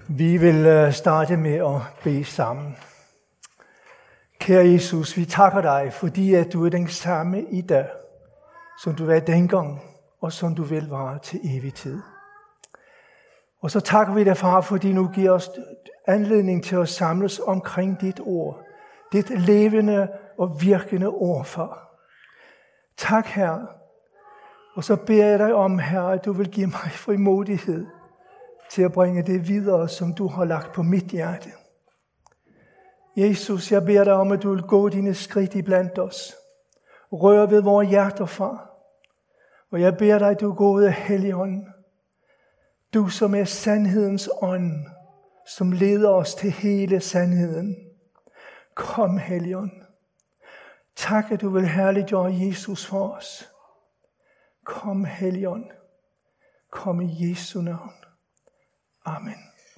Vi vil starte med at bede sammen. Kære Jesus, vi takker dig, fordi at du er den samme i dag, som du var dengang, og som du vil være til evig tid. Og så takker vi dig, far, fordi du giver os anledning til at samles omkring dit ord. Dit levende og virkende ord, far. Tak, Herre. Og så beder jeg dig om, Herre, at du vil give mig frimodighed til at bringe det videre, som du har lagt på mit hjerte. Jesus, jeg beder dig om, at du vil gå dine skridt iblandt os. Rør ved vores hjerter, far. Og jeg beder dig, du gode Helligånd. Du, som er sandhedens ånd, som leder os til hele sandheden. Kom, Helligånd. Tak, at du vil herliggøre Jesus for os. Kom, Helligånd. Kom i Jesu navn. Amen.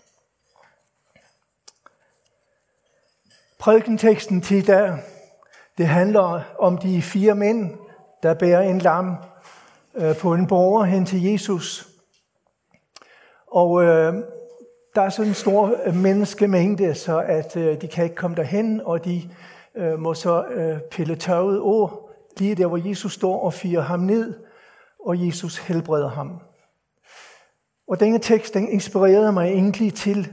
Prædikenteksten til i dag, det handler om de 4 mænd, der bærer en lam på en borger hen til Jesus. Og der er sådan en stor menneskemængde, så at de kan ikke komme derhen, og de må så pille tørvet over lige der, hvor Jesus står og firer ham ned, og Jesus helbreder ham. Og denne tekst, den inspirerede mig egentlig til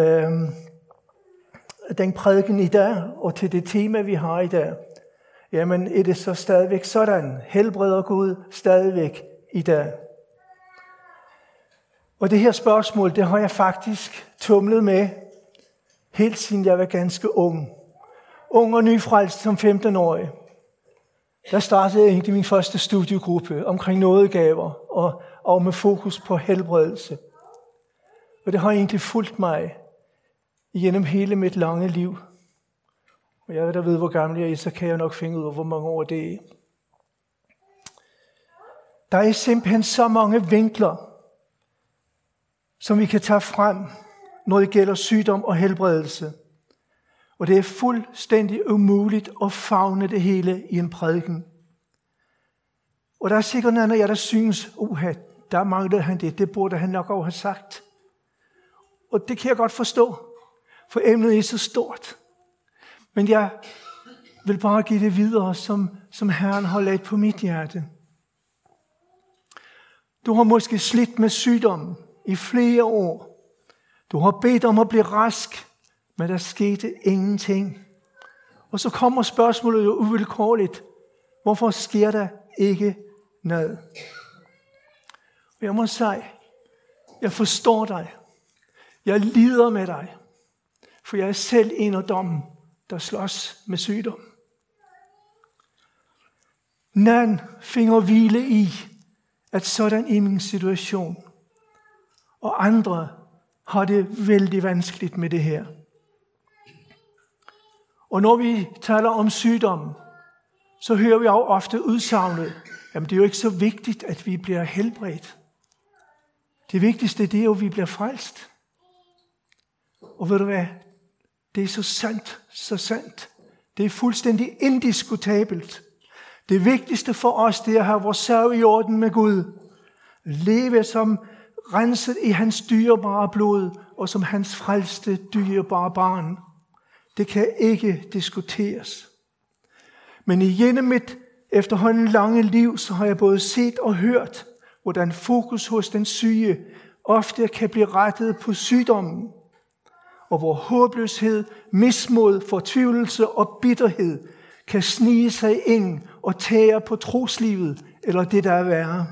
den prædiken i dag, og til det tema, vi har i dag. Jamen, er det så stadigvæk sådan? Helbreder Gud stadigvæk i dag? Og det her spørgsmål, det har jeg faktisk tumlet med, helt siden jeg var ganske ung. Ung og nyfrelst som 15-årig. Der startede egentlig min første studiegruppe omkring nådegaver og med fokus på helbredelse. Og det har egentlig fulgt mig igennem hele mit lange liv. Og jeg ved, hvor gammel jeg er, så kan jeg nok finde ud af, hvor mange år det er. Der er simpelthen så mange vinkler, som vi kan tage frem, når det gælder sygdom og helbredelse. Og det er fuldstændig umuligt at favne det hele i en prædiken. Og der er sikkert nogle af jer, der synes, der manglede han det. Det burde han nok også have sagt. Og det kan jeg godt forstå, for emnet er så stort. Men jeg vil bare give det videre, som Herren har lagt på mit hjerte. Du har måske slidt med sygdom i flere år. Du har bedt om at blive rask, men der skete ingenting. Og så kommer spørgsmålet jo uvilkårligt. Hvorfor sker der ikke noget? Og jeg må sige, jeg forstår dig. Jeg lider med dig. For jeg er selv en af dem, der slås med sygdom. Nogen finder hvile i, at sådan i min situation. Og andre har det vældig vanskeligt med det her. Og når vi taler om sygdom, så hører vi også ofte udsagnet, jamen det er jo ikke så vigtigt, at vi bliver helbredt. Det vigtigste, det er jo, at vi bliver frelst. Og ved du hvad? Det er så sandt, så sandt. Det er fuldstændig indiskutabelt. Det vigtigste for os, det er at have vores sag i orden med Gud. Leve som renset i hans dyrebare blod, og som hans frelste dyrebare barn. Det kan ikke diskuteres. Men igennem mit efterhånden lange liv, så har jeg både set og hørt, hvordan fokus hos den syge ofte kan blive rettet på sygdommen, og hvor håbløshed, mismod, fortvivlelse og bitterhed kan snige sig ind og tære på troslivet, eller det der er værre.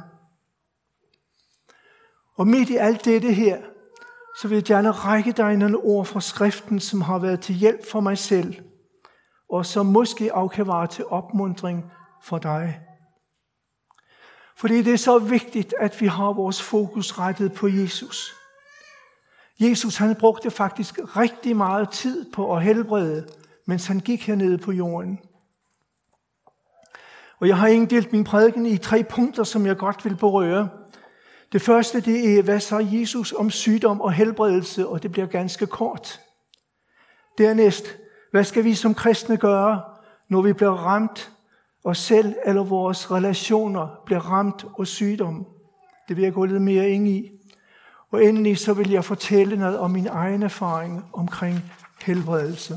Og midt i alt dette her, så vil jeg gerne række dig nogle ord fra skriften, som har været til hjælp for mig selv, og som måske også kan være til opmuntring for dig. Fordi det er så vigtigt, at vi har vores fokus rettet på Jesus. Jesus, han brugte faktisk rigtig meget tid på at helbrede, mens han gik hernede på jorden. Og jeg har inddelt min prædiken i 3 punkter, som jeg godt vil berøre. Det første, det er, hvad sagde Jesus om sygdom og helbredelse, og det bliver ganske kort. Dernæst, hvad skal vi som kristne gøre, når vi bliver ramt, og selv eller vores relationer bliver ramt af sygdom? Det vil jeg gå lidt mere ind i. Og endelig så vil jeg fortælle noget om min egen erfaring omkring helbredelse.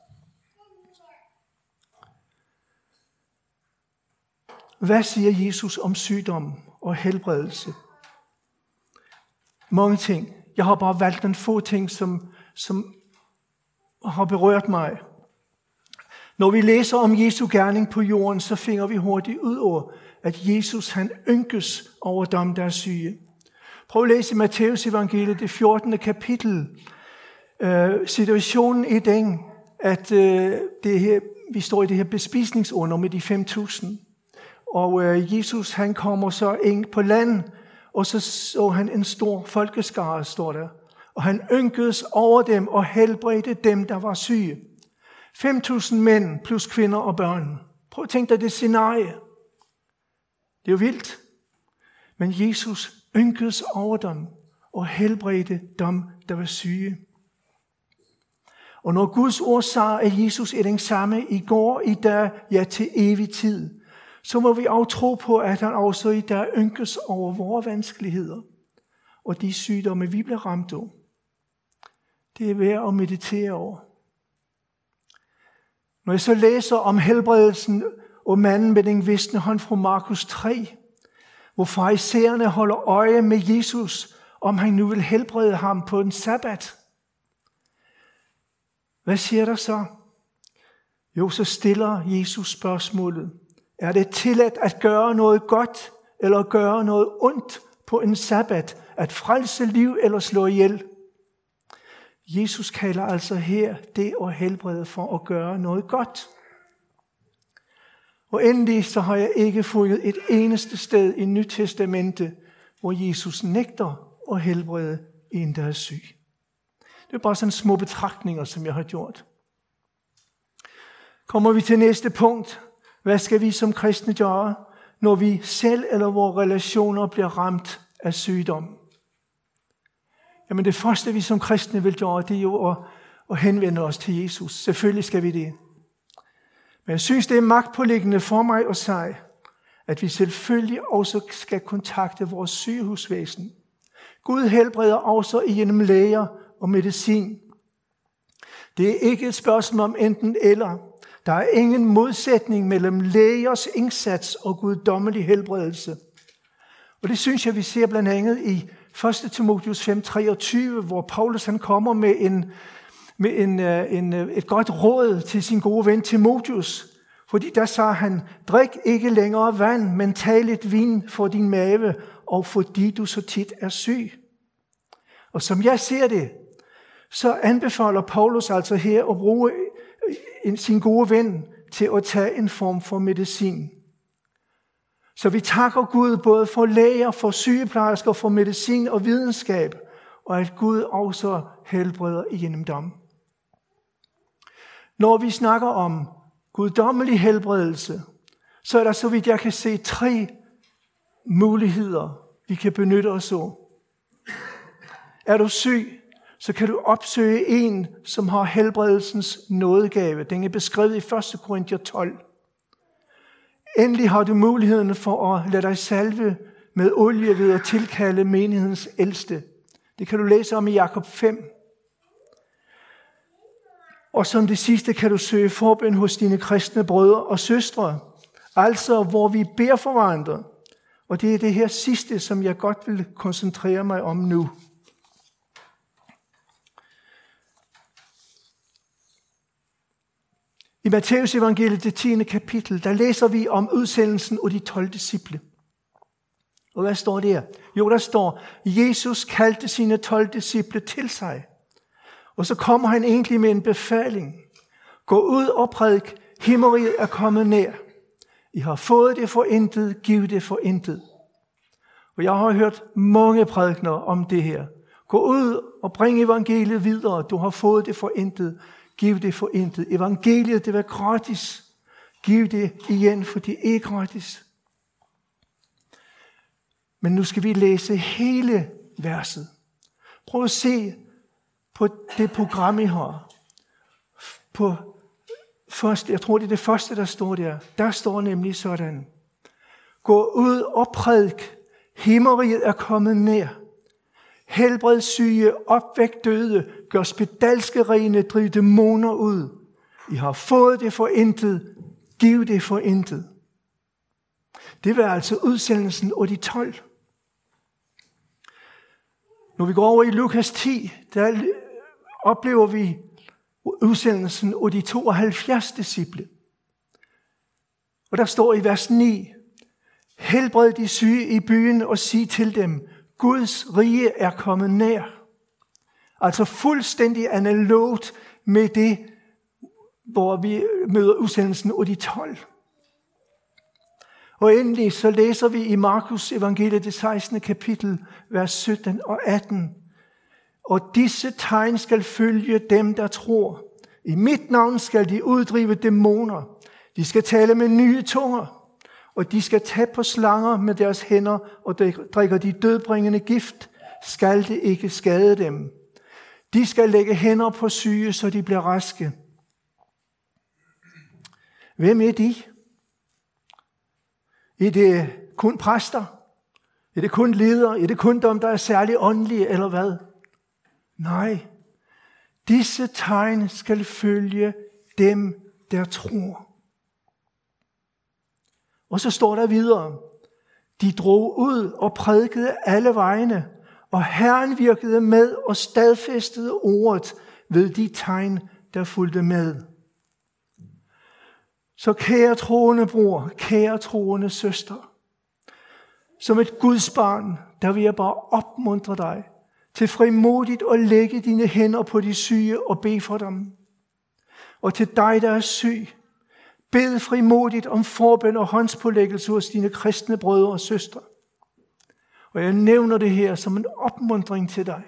Hvad siger Jesus om sygdom og helbredelse? Mange ting. Jeg har bare valgt nogle få ting, som har berørt mig. Når vi læser om Jesu gerning på jorden, så finder vi hurtigt ud over, at Jesus han ynkes over dem, der er syge. Prøv at læse i Matteus evangeliet, det 14. kapitel. Situationen i den, at vi står i det her bespisningsunder med de 5.000. Og Jesus han kommer så ind på land, og så han en stor folkeskare, står der. Og han ynkedes over dem og helbredte dem, der var syge. 5.000 mænd plus kvinder og børn. Prøv at tænke dig det scenarie. Det er jo vildt. Men Jesus ynkedes over dem og helbredte dem, der var syge. Og når Guds ord siger, at Jesus er den samme i går, i dag, ja til evig tid, så må vi også tro på, at han også i dag ynkes over vores vanskeligheder og de sygdomme, vi bliver ramt af. Det er værd at meditere over. Når jeg så læser om helbredelsen og manden med den visne hånd fra Markus 3, hvor farisæerne holder øje med Jesus, om han nu vil helbrede ham på en sabbat. Hvad siger der så? Jo, så stiller Jesus spørgsmålet. Er det tilladt at gøre noget godt, eller gøre noget ondt på en sabbat? At frelse liv eller slå ihjel? Jesus kalder altså her det at helbrede for at gøre noget godt. Og endelig så har jeg ikke fundet et eneste sted i Nyt Testamente, hvor Jesus nægter at helbrede en, der er syg. Det er bare sådan små betragtninger, som jeg har gjort. Kommer vi til næste punkt. Hvad skal vi som kristne gøre, når vi selv eller vores relationer bliver ramt af sygdom? Jamen det første, vi som kristne vil gøre, det er jo at henvende os til Jesus. Selvfølgelig skal vi det. Men jeg synes, det er magtpåliggende for mig at sige, at vi selvfølgelig også skal kontakte vores sygehusvæsen. Gud helbreder også igennem læger og medicin. Det er ikke et spørgsmål om enten eller. Der er ingen modsætning mellem lægers indsats og guddommelig helbredelse. Og det synes jeg, vi ser blandt andet i 1. Timotheus 5:23, hvor Paulus han kommer med et godt råd til sin gode ven Timotheus. Fordi der sagde han, drik ikke længere vand, men tag lidt vin for din mave, og fordi du så tit er syg. Og som jeg ser det, så anbefaler Paulus altså her at bruge sin gode ven til at tage en form for medicin. Så vi takker Gud både for læger, for sygeplejersker, for medicin og videnskab, og at Gud også helbreder igennem dem. Når vi snakker om guddommelig helbredelse, så er der, så vidt jeg kan se, 3 muligheder, vi kan benytte os af. Er du syg, så kan du opsøge en, som har helbredelsens nådegave. Den er beskrevet i 1. Korinther 12. Endelig har du muligheden for at lade dig salve med olie ved at tilkalde menighedens ældste. Det kan du læse om i Jakob 5. Og som det sidste kan du søge forbøn hos dine kristne brødre og søstre. Altså hvor vi beder for hverandre. Og det er det her sidste, som jeg godt vil koncentrere mig om nu. I Matteus evangeliet, det 10. kapitel, der læser vi om udsendelsen af de 12 disciple. Og hvad står der? Jo, der står, Jesus kaldte sine 12 disciple til sig. Og så kommer han egentlig med en befaling. Gå ud og prædik, himmeriget er kommet nær. I har fået det for intet, giv det for intet. Og jeg har hørt mange prædikener om det her. Gå ud og bring evangeliet videre. Du har fået det for intet, giv det for intet. Evangeliet, det var gratis. Giv det igen, for det er gratis. Men nu skal vi læse hele verset. Prøv at se på det program, I har. På først, jeg tror, det er det første, der står der. Der står nemlig sådan. Gå ud og prædik. Himmeriget er kommet nær. helbred syge, opvæk døde, gør spedalske rene, driv dæmoner ud. I har fået det for intet, giv det for intet. Det var altså udsendelsen af de 12. Når vi går over i Lukas 10, der oplever vi udsendelsen af de 72 disciple. Og der står i vers 9, helbred de syge i byen og sig til dem, Guds rige er kommet nær. Altså fuldstændig analogt med det, hvor vi møder udsendelsen af de 12. Og endelig så læser vi i Markus evangeliet det 16. kapitel, vers 17 og 18. Og disse tegn skal følge dem, der tror. I mit navn skal de uddrive dæmoner. De skal tale med nye tunger. Og de skal tage på slanger med deres hænder, og drikker de dødbringende gift, skal det ikke skade dem. De skal lægge hænder på syge, så de bliver raske. Hvem er de? Er det kun præster? Er det kun ledere? Er det kun dem, der er særlig åndelige, eller hvad? Nej. Disse tegn skal følge dem, der tror. Og så står der videre. De drog ud og prædikede alle vegne, og Herren virkede med og stadfæstede ordet ved de tegn, der fulgte med. Så kære troende bror, kære troende søster, som et Guds barn, der vil jeg bare opmuntre dig til frimodigt at lægge dine hænder på de syge og bede for dem. Og til dig, der er syg, bed frimodigt om forbøn og håndspålæggelse hos dine kristne brødre og søstre. Og jeg nævner det her som en opmuntring til dig.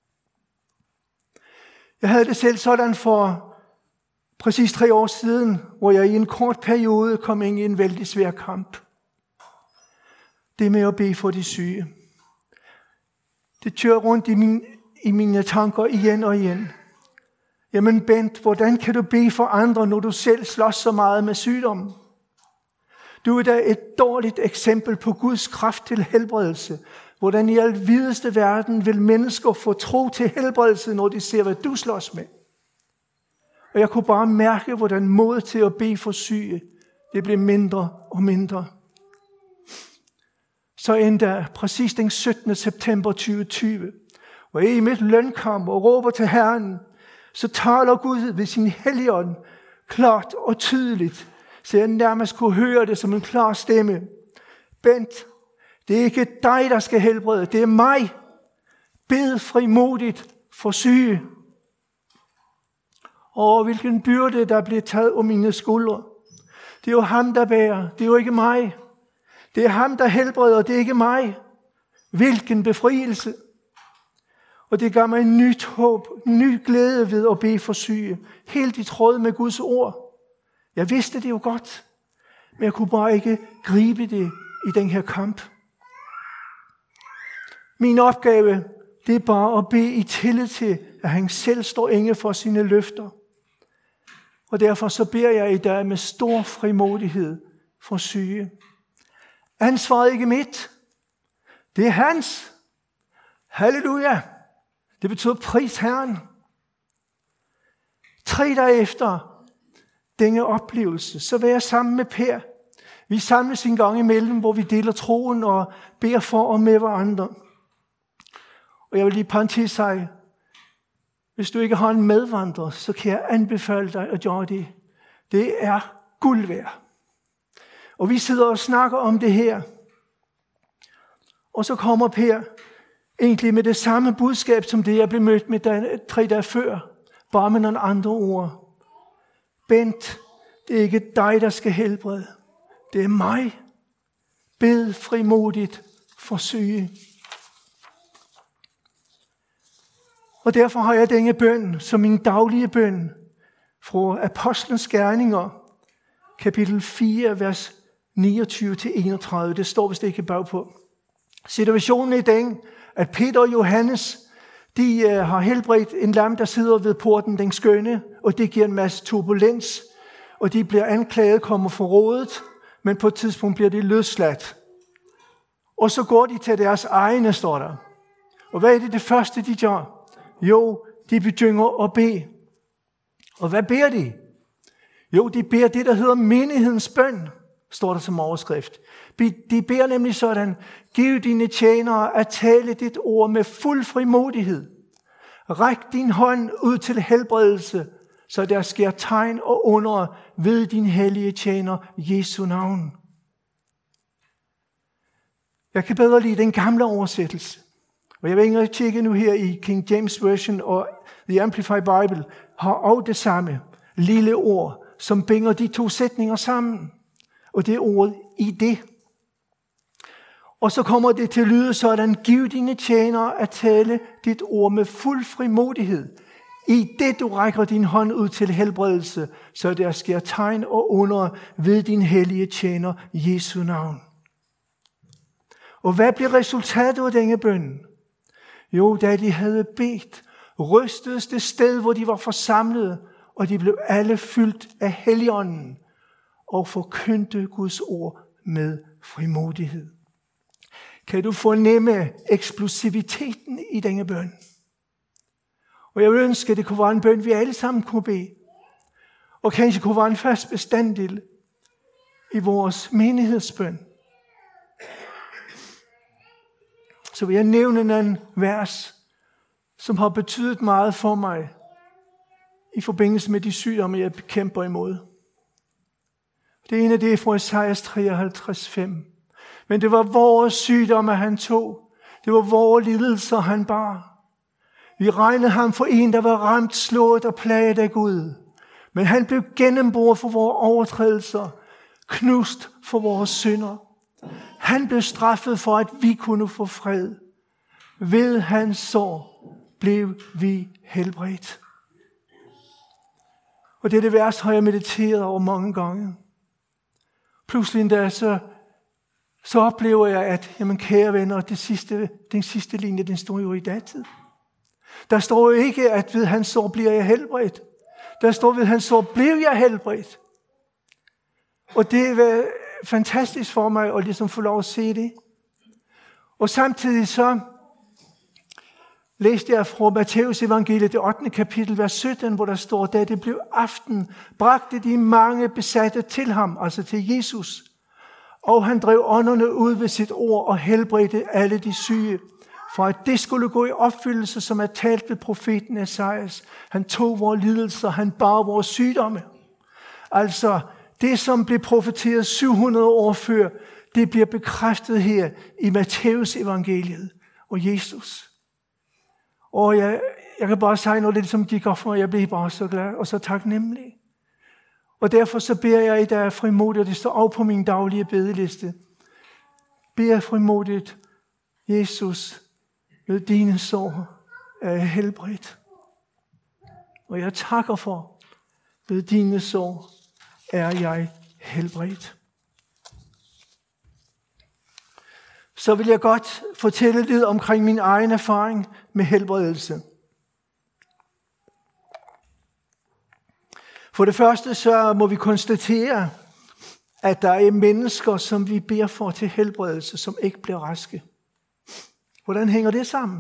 Jeg havde det selv sådan for præcis 3 år siden, hvor jeg i en kort periode kom ind i en vældig svær kamp. Det med at bede for de syge. Det kører rundt i mine tanker igen og igen. Jamen Bent, hvordan kan du bede for andre, når du selv slås så meget med sygdommen? Du er da et dårligt eksempel på Guds kraft til helbredelse. Hvordan i al videste verden vil mennesker få tro til helbredelse, når de ser, hvad du slås med? Og jeg kunne bare mærke, hvordan mod til at bede for syge, det blev mindre og mindre. Så endda præcis den 17. september 2020, hvor jeg i mit lønkamp og råber til Herren, så taler Gud ved sin Helligånd klart og tydeligt, så jeg nærmest kunne høre det som en klar stemme. Bent, det er ikke dig, der skal helbrede, det er mig. Bed frimodigt for syge. Og hvilken byrde, der blev taget om mine skuldre. Det er jo ham, der bærer, det er jo ikke mig. Det er ham, der helbreder, det er ikke mig. Hvilken befrielse. Og det gav mig en nyt håb, ny glæde ved at bede for syge. Helt i tråd med Guds ord. Jeg vidste det jo godt, men jeg kunne bare ikke gribe det i den her kamp. Min opgave, det er bare at bede i tillid til, at han selv står inde for sine løfter. Og derfor så beder jeg i dag med stor frimodighed for syge. Ansvaret er ikke mit. Det er hans. Halleluja. Det betyder pris Herren. 3 dage efter denne oplevelse, så var jeg sammen med Per. Vi samles en gang imellem, hvor vi deler troen og beder for og med hverandre. Og jeg vil lige parentes sige, hvis du ikke har en medvandrer, så kan jeg anbefale dig at gøre det. Det er guld værd. Og vi sidder og snakker om det her. Og så kommer Per egentlig med det samme budskab, som det jeg blev mødt med 3 dage før. Bare med nogle andre ord. Bent, det er ikke dig, der skal helbrede. Det er mig. Bed frimodigt for syge. Og derfor har jeg denne bøn som min daglige bøn fra Apostlenes Gerninger, kapitel 4, vers 29-31. Det står vist ikke bagpå. Situationen er den, at Peter og Johannes, de har helbredt en lam, der sidder ved porten, den skønne, og det giver en masse turbulens, og de bliver anklaget, kommer for rådet, men på et tidspunkt bliver de løsladt. Og så går de til deres egne, står der. Og hvad er det første, de gør? Jo, de begynder at bede. Og hvad beder de? Jo, de beder det, der hedder menighedens bøn, står der som overskrift. De beder nemlig sådan: giv dine tjenere at tale dit ord med fuld frimodighed. Ræk din hånd ud til helbredelse, så der sker tegn og under ved din hellige tjener Jesu navn. Jeg kan bedre lide den gamle oversættelse. Og jeg vil ikke tjekke nu her i King James Version og The Amplified Bible har også det samme lille ord, som binder de to sætninger sammen. Og det er ordet i det. Og så kommer det til at lyde sådan: giv dine tjenere at tale dit ord med fuld frimodighed. I det du rækker din hånd ud til helbredelse, så der sker tegn og under ved din hellige tjener Jesu navn. Og hvad blev resultatet af denne bøn? Jo, da de havde bedt, rystedes det sted, hvor de var forsamlet, og de blev alle fyldt af Helligånden og forkyndte Guds ord med frimodighed. Kan du fornemme eksplosiviteten i denne bøn? Og jeg vil ønske, at det kunne være en bøn, vi alle sammen kunne bede. Og kanskje kunne være en fast bestanddel i vores menighedsbøn. Så vil jeg nævne en vers, som har betydet meget for mig i forbindelse med de sygdomme, jeg kæmper imod. Det ene af det er fra Esajas 53:5. Men det var vores sygdomme, han tog. Det var vores lidelser, han bar. Vi regnede ham for en, der var ramt, slået og plaget af Gud. Men han blev gennemboret for vores overtrædelser, knust for vores synder. Han blev straffet for, at vi kunne få fred. Ved hans sår blev vi helbredt. Og dette vers har jeg mediteret over mange gange. Pludselig endda så oplever jeg, at jamen, kære venner, den sidste linje, den står jo i datid. Der står jo ikke, at ved hans sår bliver jeg helbredt. Der står, ved hans sår blev jeg helbredt. Og det var fantastisk for mig at ligesom få lov at se det. Og samtidig så læste jeg fra Matteus evangeliet, det 8. kapitel, vers 17, hvor der står: da det blev aften, bragte de mange besatte til ham, altså til Jesus. Og han drev ånderne ud ved sit ord og helbredte alle de syge, for at det skulle gå i opfyldelse, som er talt ved profeten Esajas. Han tog vores lidelser, han bar vores sygdomme. Altså, det som blev profeteret 700 år før, det bliver bekræftet her i Matteus evangeliet og Jesus. Og jeg kan bare sige noget, det som gik op for mig. Jeg blev bare så glad og så taknemmelig. Og derfor så beder jeg i dag frimodigt, og det står også på min daglige bedeliste. Beder frimodigt: Jesus, med dine sår er jeg helbredt. Og jeg takker for, ved dine sår er jeg helbredt. Så vil jeg godt fortælle lidt omkring min egen erfaring med helbredelse. For det første så må vi konstatere, at der er mennesker, som vi beder for til helbredelse, som ikke bliver raske. Hvordan hænger det sammen?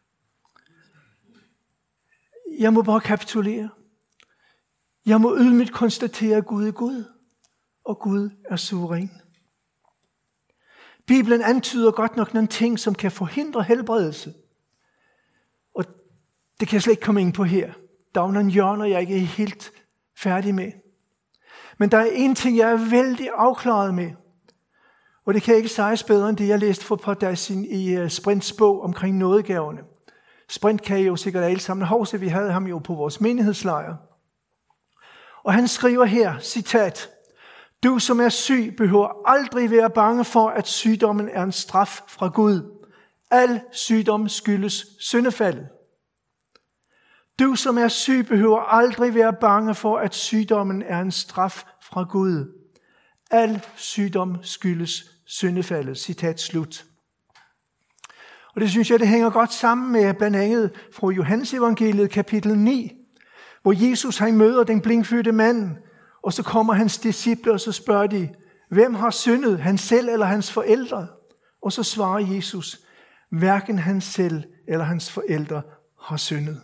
Jeg må bare kapitulere. Jeg må ydmygt konstatere, at Gud er Gud, og Gud er suveræn. Bibelen antyder godt nok nogle ting, som kan forhindre helbredelse. Og det kan jeg slet ikke komme ind på her. Der er nogle hjørner, jeg ikke er helt færdig med. Men der er en ting, jeg er vældig afklaret med. Og det kan ikke siges bedre, end det, jeg læste for et par dage siden i Sprints bog omkring nådegaverne. Sprint kan I jo sikkert alle sammen huske, vi havde ham jo på vores menighedslejr. Og han skriver her, citat: du som er syg, behøver aldrig være bange for, at sygdommen er en straf fra Gud. Al sygdom skyldes syndefaldet. Du som er syg, behøver aldrig være bange for, at sygdommen er en straf fra Gud. Al sygdom skyldes syndefaldet. Citat slut. Og det synes jeg, det hænger godt sammen med blandt andet fra Johannes evangeliet kapitel 9, hvor Jesus han møder den blindfødte mand, og så kommer hans disciple, og så spørger de: hvem har syndet, han selv eller hans forældre? Og så svarer Jesus: hverken han selv eller hans forældre har syndet.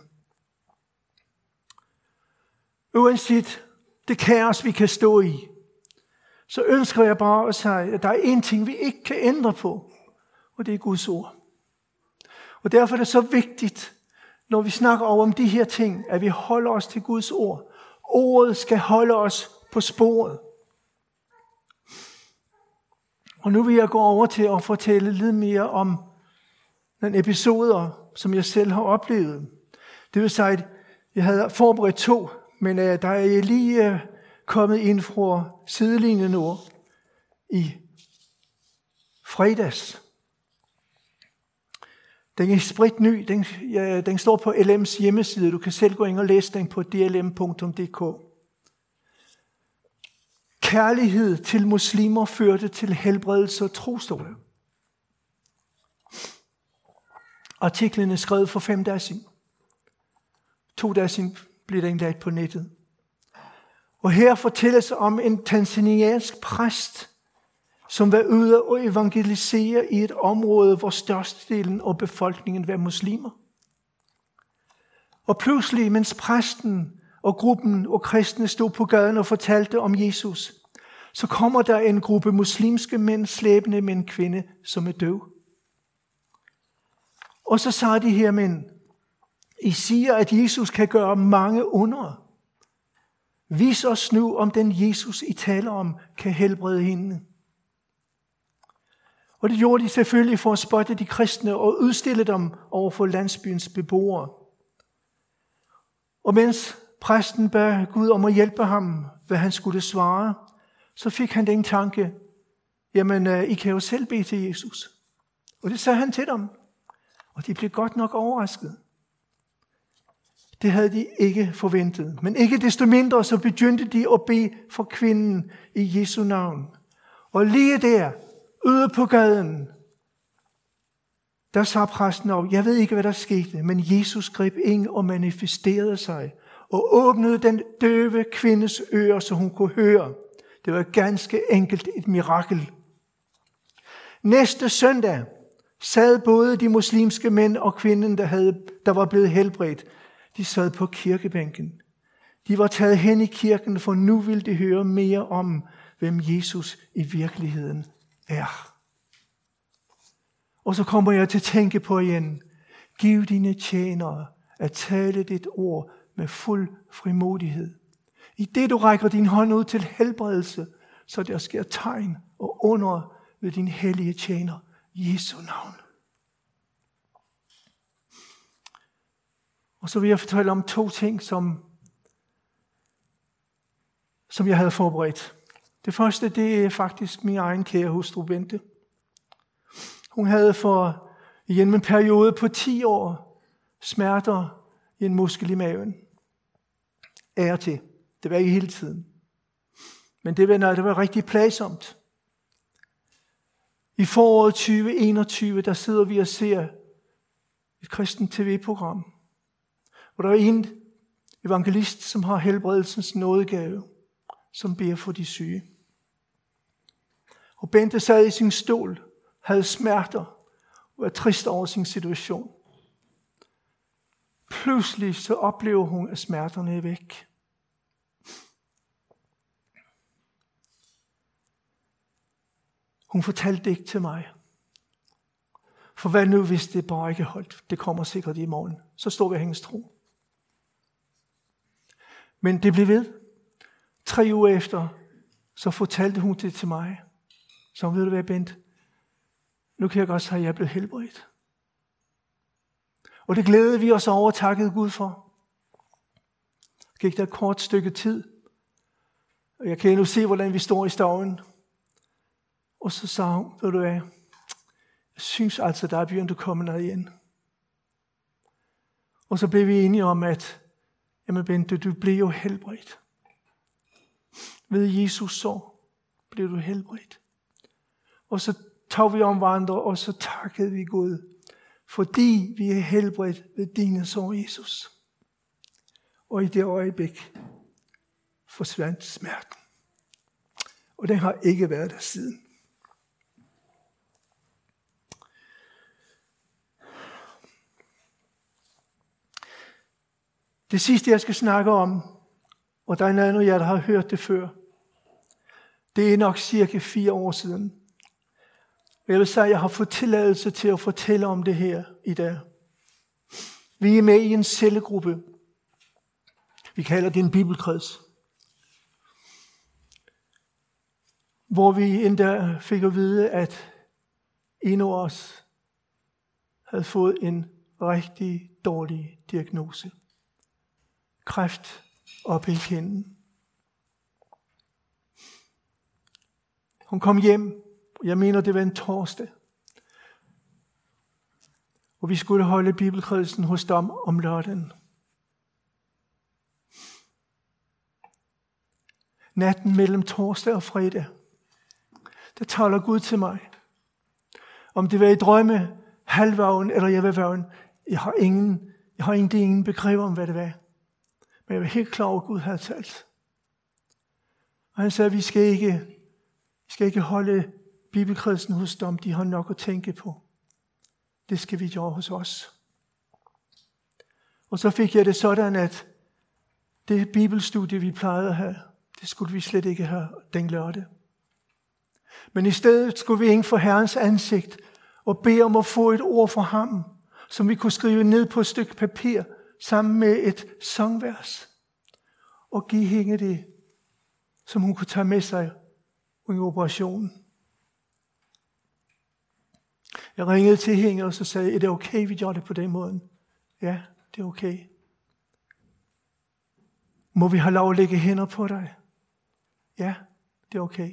Uanset det kaos, vi kan stå i, så ønsker jeg bare at sige, at der er en ting, vi ikke kan ændre på, og det er Guds ord. Og derfor er det så vigtigt, når vi snakker om de her ting, at vi holder os til Guds ord. Ordet skal holde os på sporet. Og nu vil jeg gå over til at fortælle lidt mere om nogle episoder, som jeg selv har oplevet. Det vil sige, at jeg havde forberedt 2, men der er jeg lige kommet ind fra sidelinjen nu i fredags. Den er spritny. Den står på LM's hjemmeside. Du kan selv gå ind og læse den på dlm.dk. Kærlighed til muslimer førte til helbredelse og trosstolde. Artiklen er skrevet for 5 dage siden. 2 dage siden blev den lagt på nettet. Og her fortælles om en tanzaniansk præst, som var ude og evangelisere i et område, hvor størstedelen af befolkningen var muslimer. Og pludselig, mens præsten og gruppen og kristne stod på gaden og fortalte om Jesus, så kommer der en gruppe muslimske mænd slæbende med en kvinde, som er døv. Og så sagde de her mænd, I siger, at Jesus kan gøre mange under. Vis os nu, om den Jesus, I taler om, kan helbrede hende. Og det gjorde de selvfølgelig for at spotte de kristne og udstille dem over for landsbyens beboere. Og mens præsten bad Gud om at hjælpe ham, hvad han skulle svare, så fik han den tanke, jamen, I kan jo selv bede til Jesus. Og det sagde han til dem. Og de blev godt nok overrasket. Det havde de ikke forventet. Men ikke desto mindre, så begyndte de at bede for kvinden i Jesu navn. Og lige der, ude på gaden, der sagde præsten op, jeg ved ikke, hvad der skete, men Jesus greb ind og manifesterede sig, og åbnede den døve kvindes ører, så hun kunne høre. Det var ganske enkelt et mirakel. Næste søndag sad både de muslimske mænd og kvinden, der var blevet helbredt. De sad på kirkebænken. De var taget hen i kirken, for nu ville de høre mere om, hvem Jesus i virkeligheden er. Og så kommer jeg til at tænke på igen. Giv dine tjenere at tale dit ord med fuld frimodighed. I det du rækker din hånd ud til helbredelse, så der sker tegn og under ved din hellige tjener, Jesu navn. Og så vil jeg fortælle om 2 ting, som jeg havde forberedt. Det første, det er faktisk min egen kære hustru Bente. Hun havde for igen en periode på 10 år smerter i en muskel i maven. Af og til. Det var ikke hele tiden. Men det var rigtig plagsomt. I foråret 2021, der sidder vi og ser et kristent tv-program, hvor der er en evangelist, som har helbredelsens nådegave, som beder for de syge. Og Bente sad i sin stol, havde smerter og var trist over sin situation. Pludselig så oplever hun, at smerterne er væk. Hun fortalte det ikke til mig. For hvad nu, hvis det bare ikke holdt? Det kommer sikkert i morgen. Så står vi af hendes tro. Men det blev ved. 3 uger efter, så fortalte hun det til mig. Så ved du hvad, Bent? Nu kan jeg godt sige, at jeg er blevet helbredt. Og det glædede vi os over og takkede Gud for. Gik der et kort stykke tid. Og jeg kan endnu se, hvordan vi står i staven. Og så sagde hun, ved du hvad, jeg synes altså, der er begyndt at komme noget igen. Og så blev vi enige om, at jamen Bente, du blev jo helbredt. Ved Jesus så blev du helbredt. Og så tog vi om hverandre, og så takkede vi Gud, fordi vi er helbredt ved dine sår, Jesus. Og i det øjeblik forsvandt smerten. Og den har ikke været der siden. Det sidste, jeg skal snakke om, og der er en anden, jeg der har hørt det før, det er nok cirka 4 år siden. Jeg vil sige, at jeg har fået tilladelse til at fortælle om det her i dag. Vi er med i en cellegruppe. Vi kalder det en bibelkreds. Hvor vi endda fik at vide, at en af os havde fået en rigtig dårlig diagnose. Kræft op i kinden. Hun kom hjem, jeg mener det var en torsdag. Og vi skulle holde bibelkredsen hos dem om lørdagen. Natten mellem torsdag og fredag, der taler Gud til mig. Om det var i drømme, halvvågen eller jeg var vågen, jeg har ingen begreb om, hvad det var. Men jeg var helt klar over, at Gud havde talt. Og han sagde, at vi skal ikke holde bibelkredsen hos dem, de har nok at tænke på. Det skal vi gøre hos os. Og så fik jeg det sådan, at det bibelstudie, vi plejede at have, det skulle vi slet ikke have den lørdag. Men i stedet skulle vi ind for Herrens ansigt og bede om at få et ord fra ham, som vi kunne skrive ned på et stykke papir sammen med et sangvers og give hende det, som hun kunne tage med sig under operationen. Jeg ringede til hende og så sagde, er det okay, vi gør det på den måde? Ja, det er okay. Må vi have lov at lægge hænder på dig? Ja, det er okay.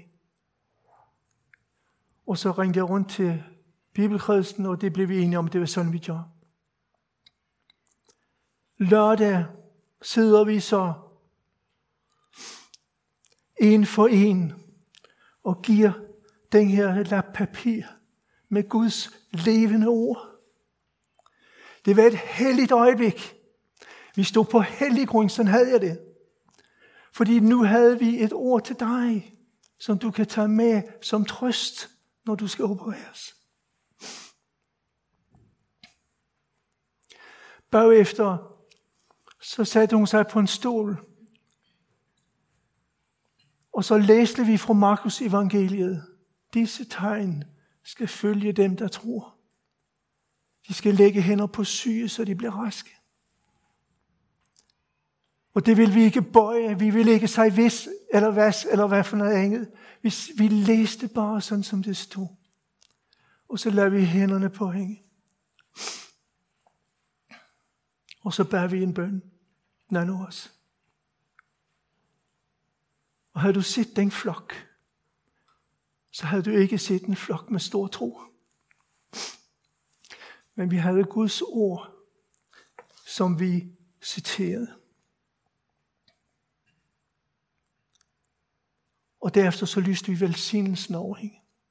Og så ringte jeg rundt til bibelkredsen, og det blev vi enige om, det var sådan, vi gør. Lørdag sidder vi så en for en og giver den her lap papir med Guds levende ord. Det var et helligt øjeblik. Vi stod på hellig grund, sådan havde jeg det. Fordi nu havde vi et ord til dig, som du kan tage med som trøst, når du skal opereres. Bagefter så satte hun sig på en stol, og så læste vi fra Markus evangeliet. Disse tegn skal følge dem, der tror. De skal lægge hænder på syge, så de bliver raske. Og det vil vi ikke bøje. Vi vil ikke sige hvis, eller hvad for noget andet. Vi læste bare sådan, som det stod. Og så lader vi hænderne på hænge. Og så bærer vi en bøn. None af os. Og havde du set den flok, så havde du ikke set en flok med stor tro. Men vi havde Guds ord, som vi citerede. Og derefter så lyste vi velsignelsen over hende.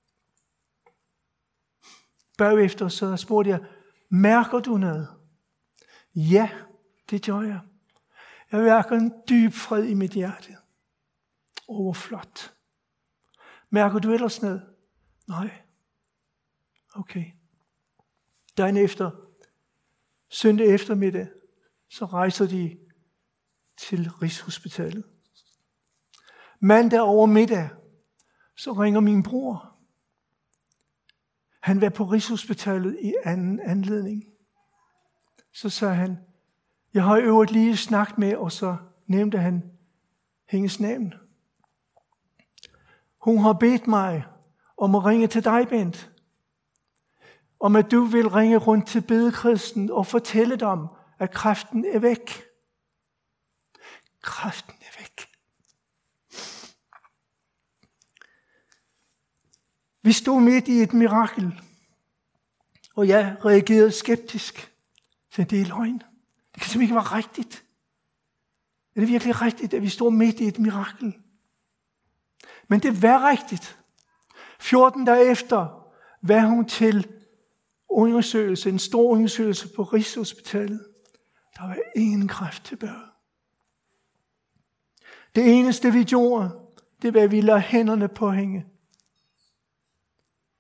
Bagefter så spurgte jeg, mærker du noget? Ja, det gør jeg. Jeg mærker en dyb fred i mit hjerte. Hvor flot. Mærker du ellers noget? Nej. Okay. Dagen efter, søndag eftermiddag, så rejser de til Rigshospitalet. Mandag over middag, så ringer min bror. Han var på Rigshospitalet i anden anledning. Så sagde han, jeg har øvrigt lige snakket med, og så nævnte han hendes navn. Hun har bedt mig om at ringe til dig, Bent. Om at du vil ringe rundt til bedekredsen og fortælle dem, at kræften er væk. Kræften er væk. Vi stod midt i et mirakel, og jeg reagerede skeptisk. Så det er løgn. Det kan simpelthen ikke være rigtigt. Er det virkelig rigtigt, at vi står midt i et mirakel? Men det var rigtigt. 14 dage efter var hun til undersøgelse, en stor undersøgelse på Rigshospitalet. Der var ingen kræft tilbage. Det eneste vi gjorde, det var at vi lagde hænderne på hende.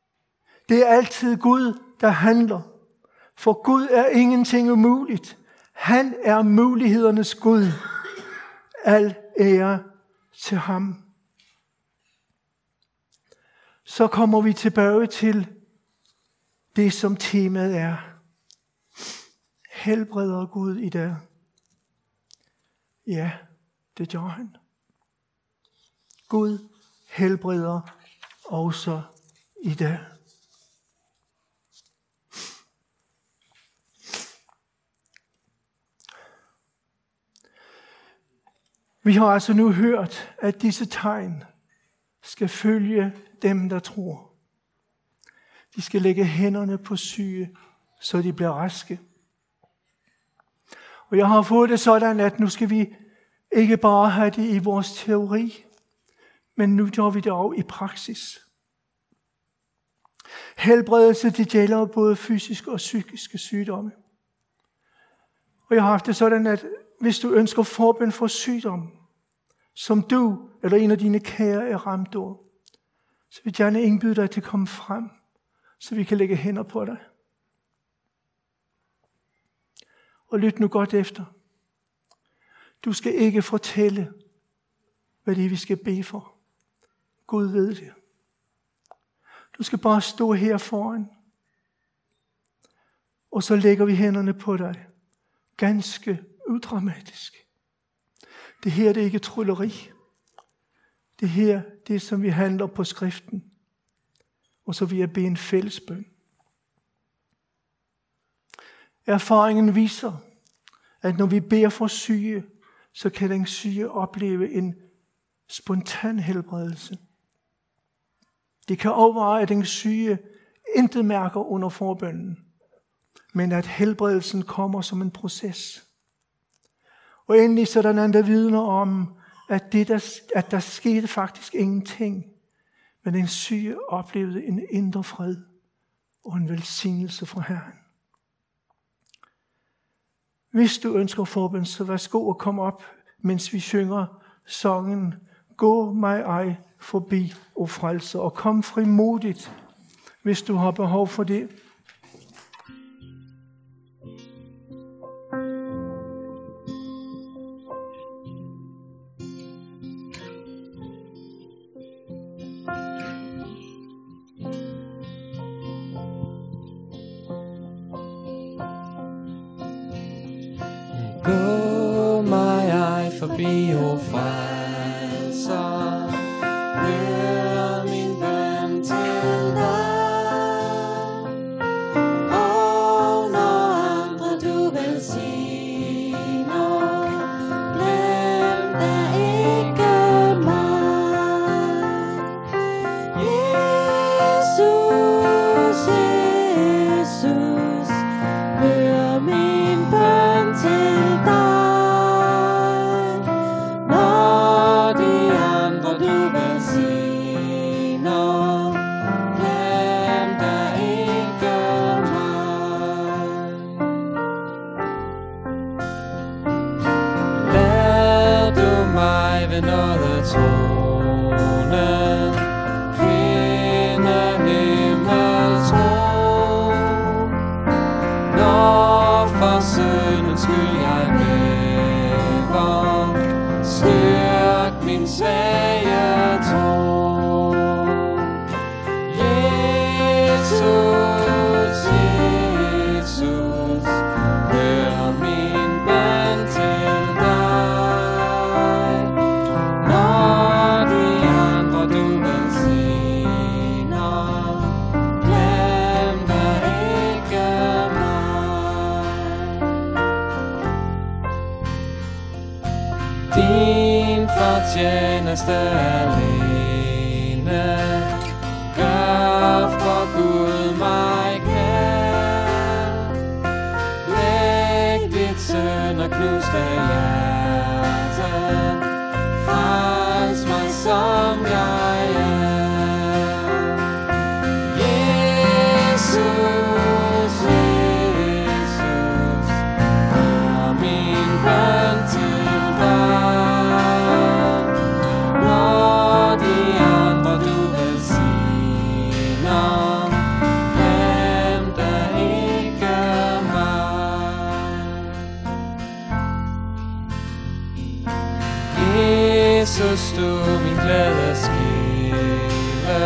Det er altid Gud, der handler. For Gud er ingenting umuligt. Han er mulighedernes Gud. Al ære til ham. Så kommer vi tilbage til det, som temaet er. Helbreder Gud i dag? Ja, det gør han. Gud helbreder også i dag. Vi har altså nu hørt, at disse tegn skal følge dem, der tror. De skal lægge hænderne på syge, så de bliver raske. Og jeg har fået det sådan, at nu skal vi ikke bare have det i vores teori, men nu gør vi det også i praksis. Helbredelse, det gælder både fysiske og psykiske sygdomme. Og jeg har haft det sådan, at hvis du ønsker forbøn for sygdom, som du eller en af dine kære er ramt af, så vil jeg gerne indbyde dig til at komme frem, så vi kan lægge hænder på dig. Og lyt nu godt efter. Du skal ikke fortælle, hvad det er, vi skal bede for. Gud ved det. Du skal bare stå her foran. Og så lægger vi hænderne på dig. Ganske udramatisk. Det her det er ikke trylleri. Det her det er, som vi handler på skriften. Og så vil jeg bede en fælles bøn. Erfaringen viser, at når vi beder for syge, så kan den syge opleve en spontan helbredelse. Det kan overveje, at den syge intet mærker under forbønnen, men at helbredelsen kommer som en proces. Og endelig så er der andre vidner om, at der skete faktisk ingenting, men den syge oplevede en indre fred og en velsignelse fra Herren. Hvis du ønsker forbøn, så værsgo at komme op, mens vi synger sangen Gå mig ej forbi, o frelser, og kom frimodigt, hvis du har behov for det. Gå mig ej forbi, o frelser, hør min bøn til dig. Og når andre du velsigner, glem da ikke mig. Jesus, Jesus, hør min bøn til dig. Når de andre du velsigner, glem da ikke mig. Lad du mig ved nådens trone finde himmels ro. Når for syndens skyld jeg bæver, styrk min svage tro. Jesus, Jesus, hør min bøn til dig. Når de andre du velsigner, glem da ikke mig. Din fortjeneste alene gør for Gud mig kær. Læg dit sønderknuste hjerte, frels mig som jeg er. Jesus, Jesus, hør min bøn til dig. Når de andre du velsigner, glem da ikke mig. Jesus, du min glædeskilde,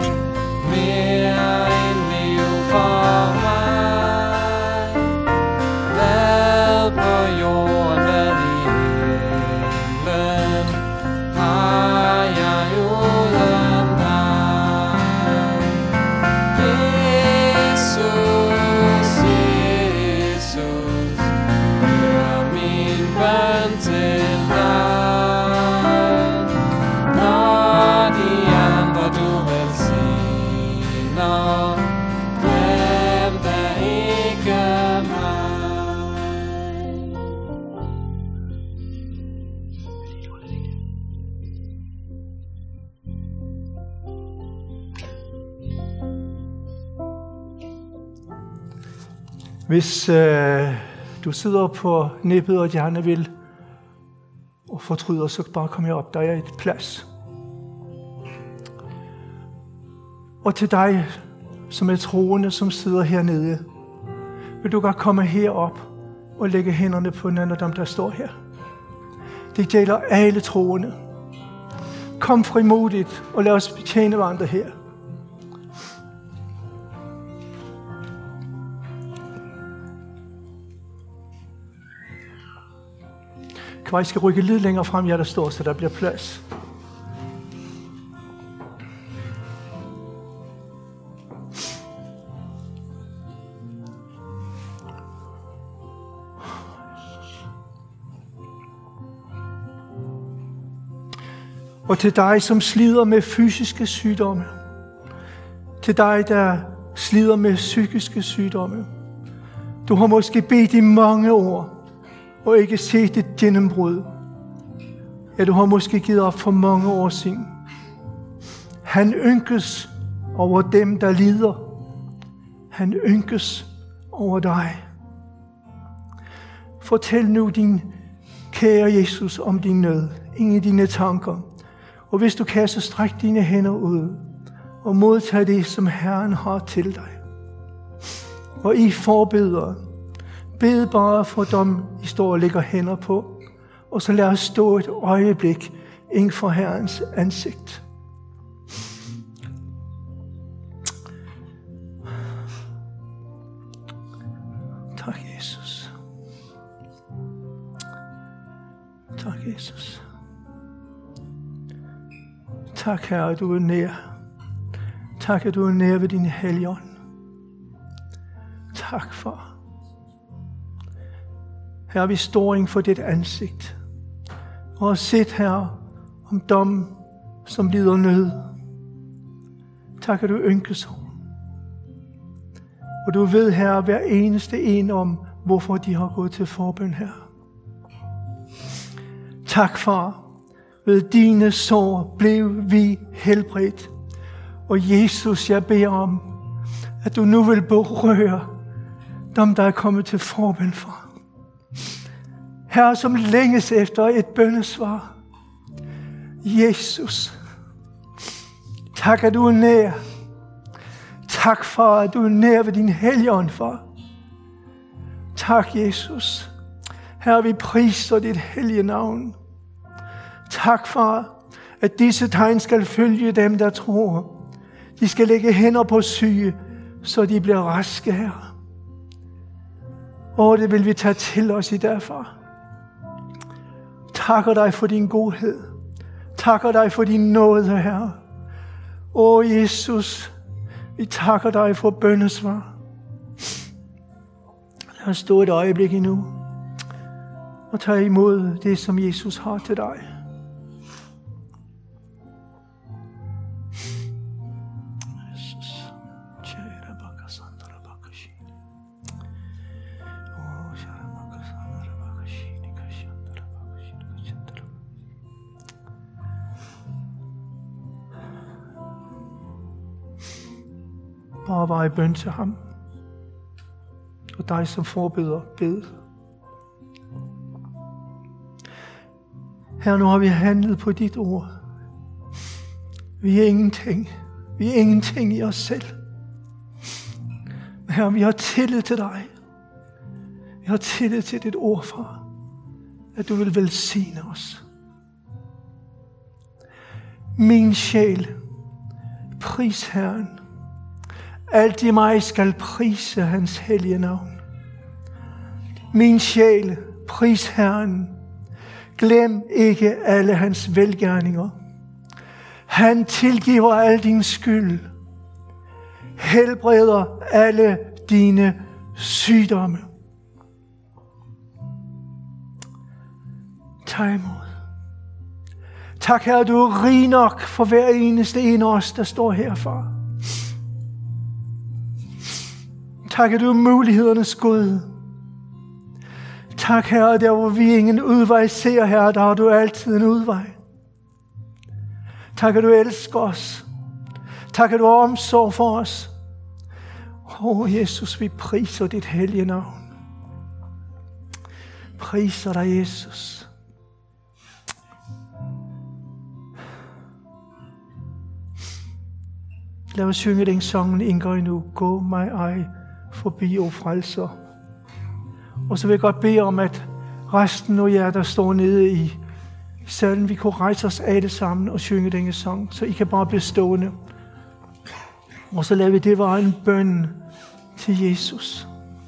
mere end liv for mig. Hvad på jorden, hvad i himlen, har jeg uden dig. Jesus, Jesus, hør min bøn til dig. Når de andre du velsigner, glem da ikke mig. Hvis du sidder på nippet og gerne vil og fortryder, så bare kom herop. Der er et plads. Og til dig, som er troende, som sidder hernede, vil du godt komme herop og lægge hænderne på en af dem, der står her. Det gælder alle troende. Kom frimodigt og lad os betjene hverandre her. Jeg skal rykke lidt længere frem, der står, så der bliver plads. Og til dig, som slider med fysiske sygdomme, til dig, der slider med psykiske sygdomme, du har måske bedt i mange år, og ikke set et gennembrud. Ja, du har måske givet op for mange år siden. Han ynkes over dem, der lider. Han ynkes over dig. Fortæl nu din kære Jesus om din nød, ingen dine tanker. Og hvis du kan, så stræk dine hænder ud og modtag det, som Herren har til dig. Og I forbeder, bed bare for dem, I står og lægger hænder på, og så lad os stå et øjeblik ind for Herrens ansigt. Tak, Jesus. Tak, Jesus. Tak, Herre, at du er nær. Tak, at du er nær ved din Helligånd. Tak, Far. Herre, vi står inden for dit ansigt. Og set, Herre, om dem, som lider nød. Tak, at du ynkes over. Og du ved, Herre, hver eneste en om, hvorfor de har gået til forbøn, Herre. Tak, Far. Ved dine sår blev vi helbredt. Og Jesus, jeg beder om, at du nu vil berøre dem, der er kommet til forbøn, Far. Herre, som længes efter et bønnesvar. Jesus, tak, at du er nær. Tak, Far, at du er nær ved din Helligånd, Far. Tak, Jesus. Herre, vi priser dit hellige navn. Tak, Far, at disse tegn skal følge dem, der tror. De skal lægge hænder på syge, så de bliver raske, Herre. Og det vil vi tage til os i dag, Far. Takker dig for din godhed. Takker dig for din nåde, Herre. Jesus, vi takker dig for bønnesvar. Lad os stå et øjeblik endnu og tage imod det, som Jesus har til dig. Bare var i bøn til ham. Og dig som forbeder, bed. Herre, nu har vi handlet på dit ord. Vi er ingenting. Vi er ingenting i os selv. Men Herre, vi har tillid til dig. Vi har tillid til dit ord, Far. At du vil velsigne os. Min sjæl, pris Herren. Alt i mig skal prise hans hellige navn. Min sjæl, pris Herren. Glem ikke alle hans velgerninger. Han tilgiver al din skyld. Helbreder alle dine sygdomme. Tag imod. Tak, Herre, du er rig nok for hver eneste en af os, der står her, far. Tak, at du er mulighedernes Gud. Tak, Herre, der hvor vi ingen udvej ser, Herre, der har du altid en udvej. Tak, at du elsker os. Tak, at du har omsorg for os. Jesus, vi priser dit hellige navn. Priser dig, Jesus. Lad os synge den sangen indgår nu. Gå mig ej forbi, o frelser. Og så vil jeg godt bede om, at resten af jer, der står nede i salen, vi kunne rejse os alle sammen og synge denne sang, så I kan bare blive stående. Og så lader vi det være en bøn til Jesus.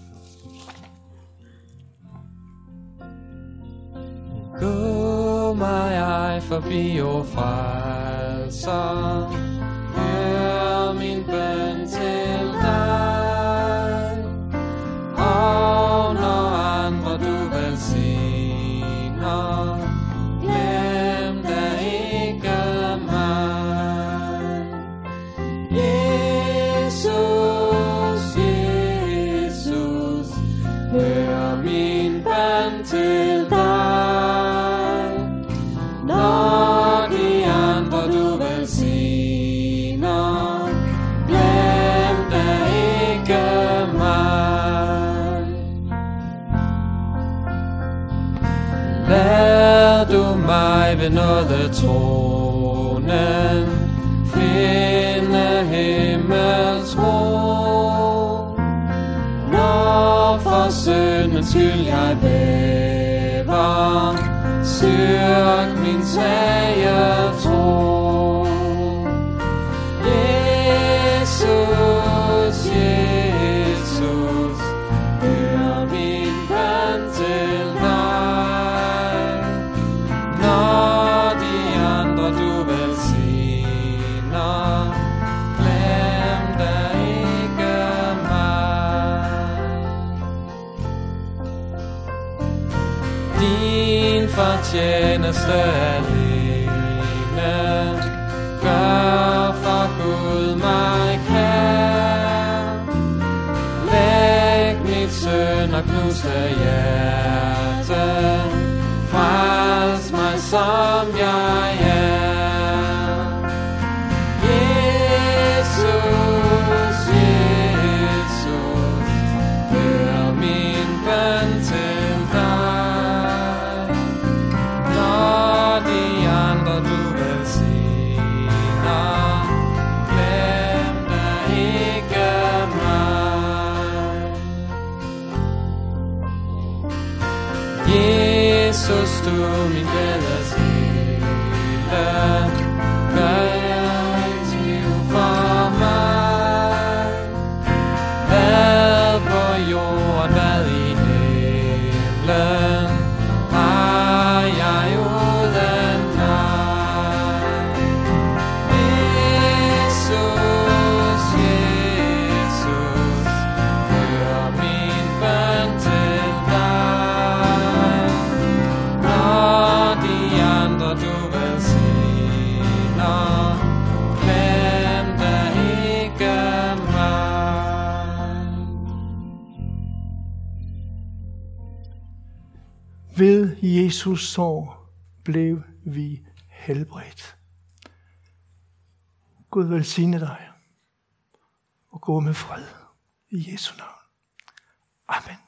Gå mig ej forbi, o frelser. Hør min bøn til dig. Og når andre du velsigner, glem da ikke mig. Jesus, Jesus, hør min bøn til dig. Når de andre du velsigner, glem da ikke mig. Lad du mig ved nådetronen finde himmels ro. Når for syndens skyld jeg bæver, styrk min svage tro. Jesus, Jesus, hør min bøn til dig. Når de andre du velsigner, glem da ikke mig. Din fortjeneste alene gør for Gud mig kær. Læg mit sønderknuste hjerte, frels mig som jeg er. Jesus, Jesus, hør min bøn til dig. Når de andre du velsigner, glem da ikke mig. Jesus, du min glædes kilde, gør et liv for mig. Hvad på jorden, hvad i himlen, har jeg uden dig. Jesus, Jesus, hør min bøn til dig. Når de andre du velsigner, glem da ikke mig. Ved Jesus sår blev vi helbredt. Gud velsigne dig og gå med fred i Jesu navn. Amen.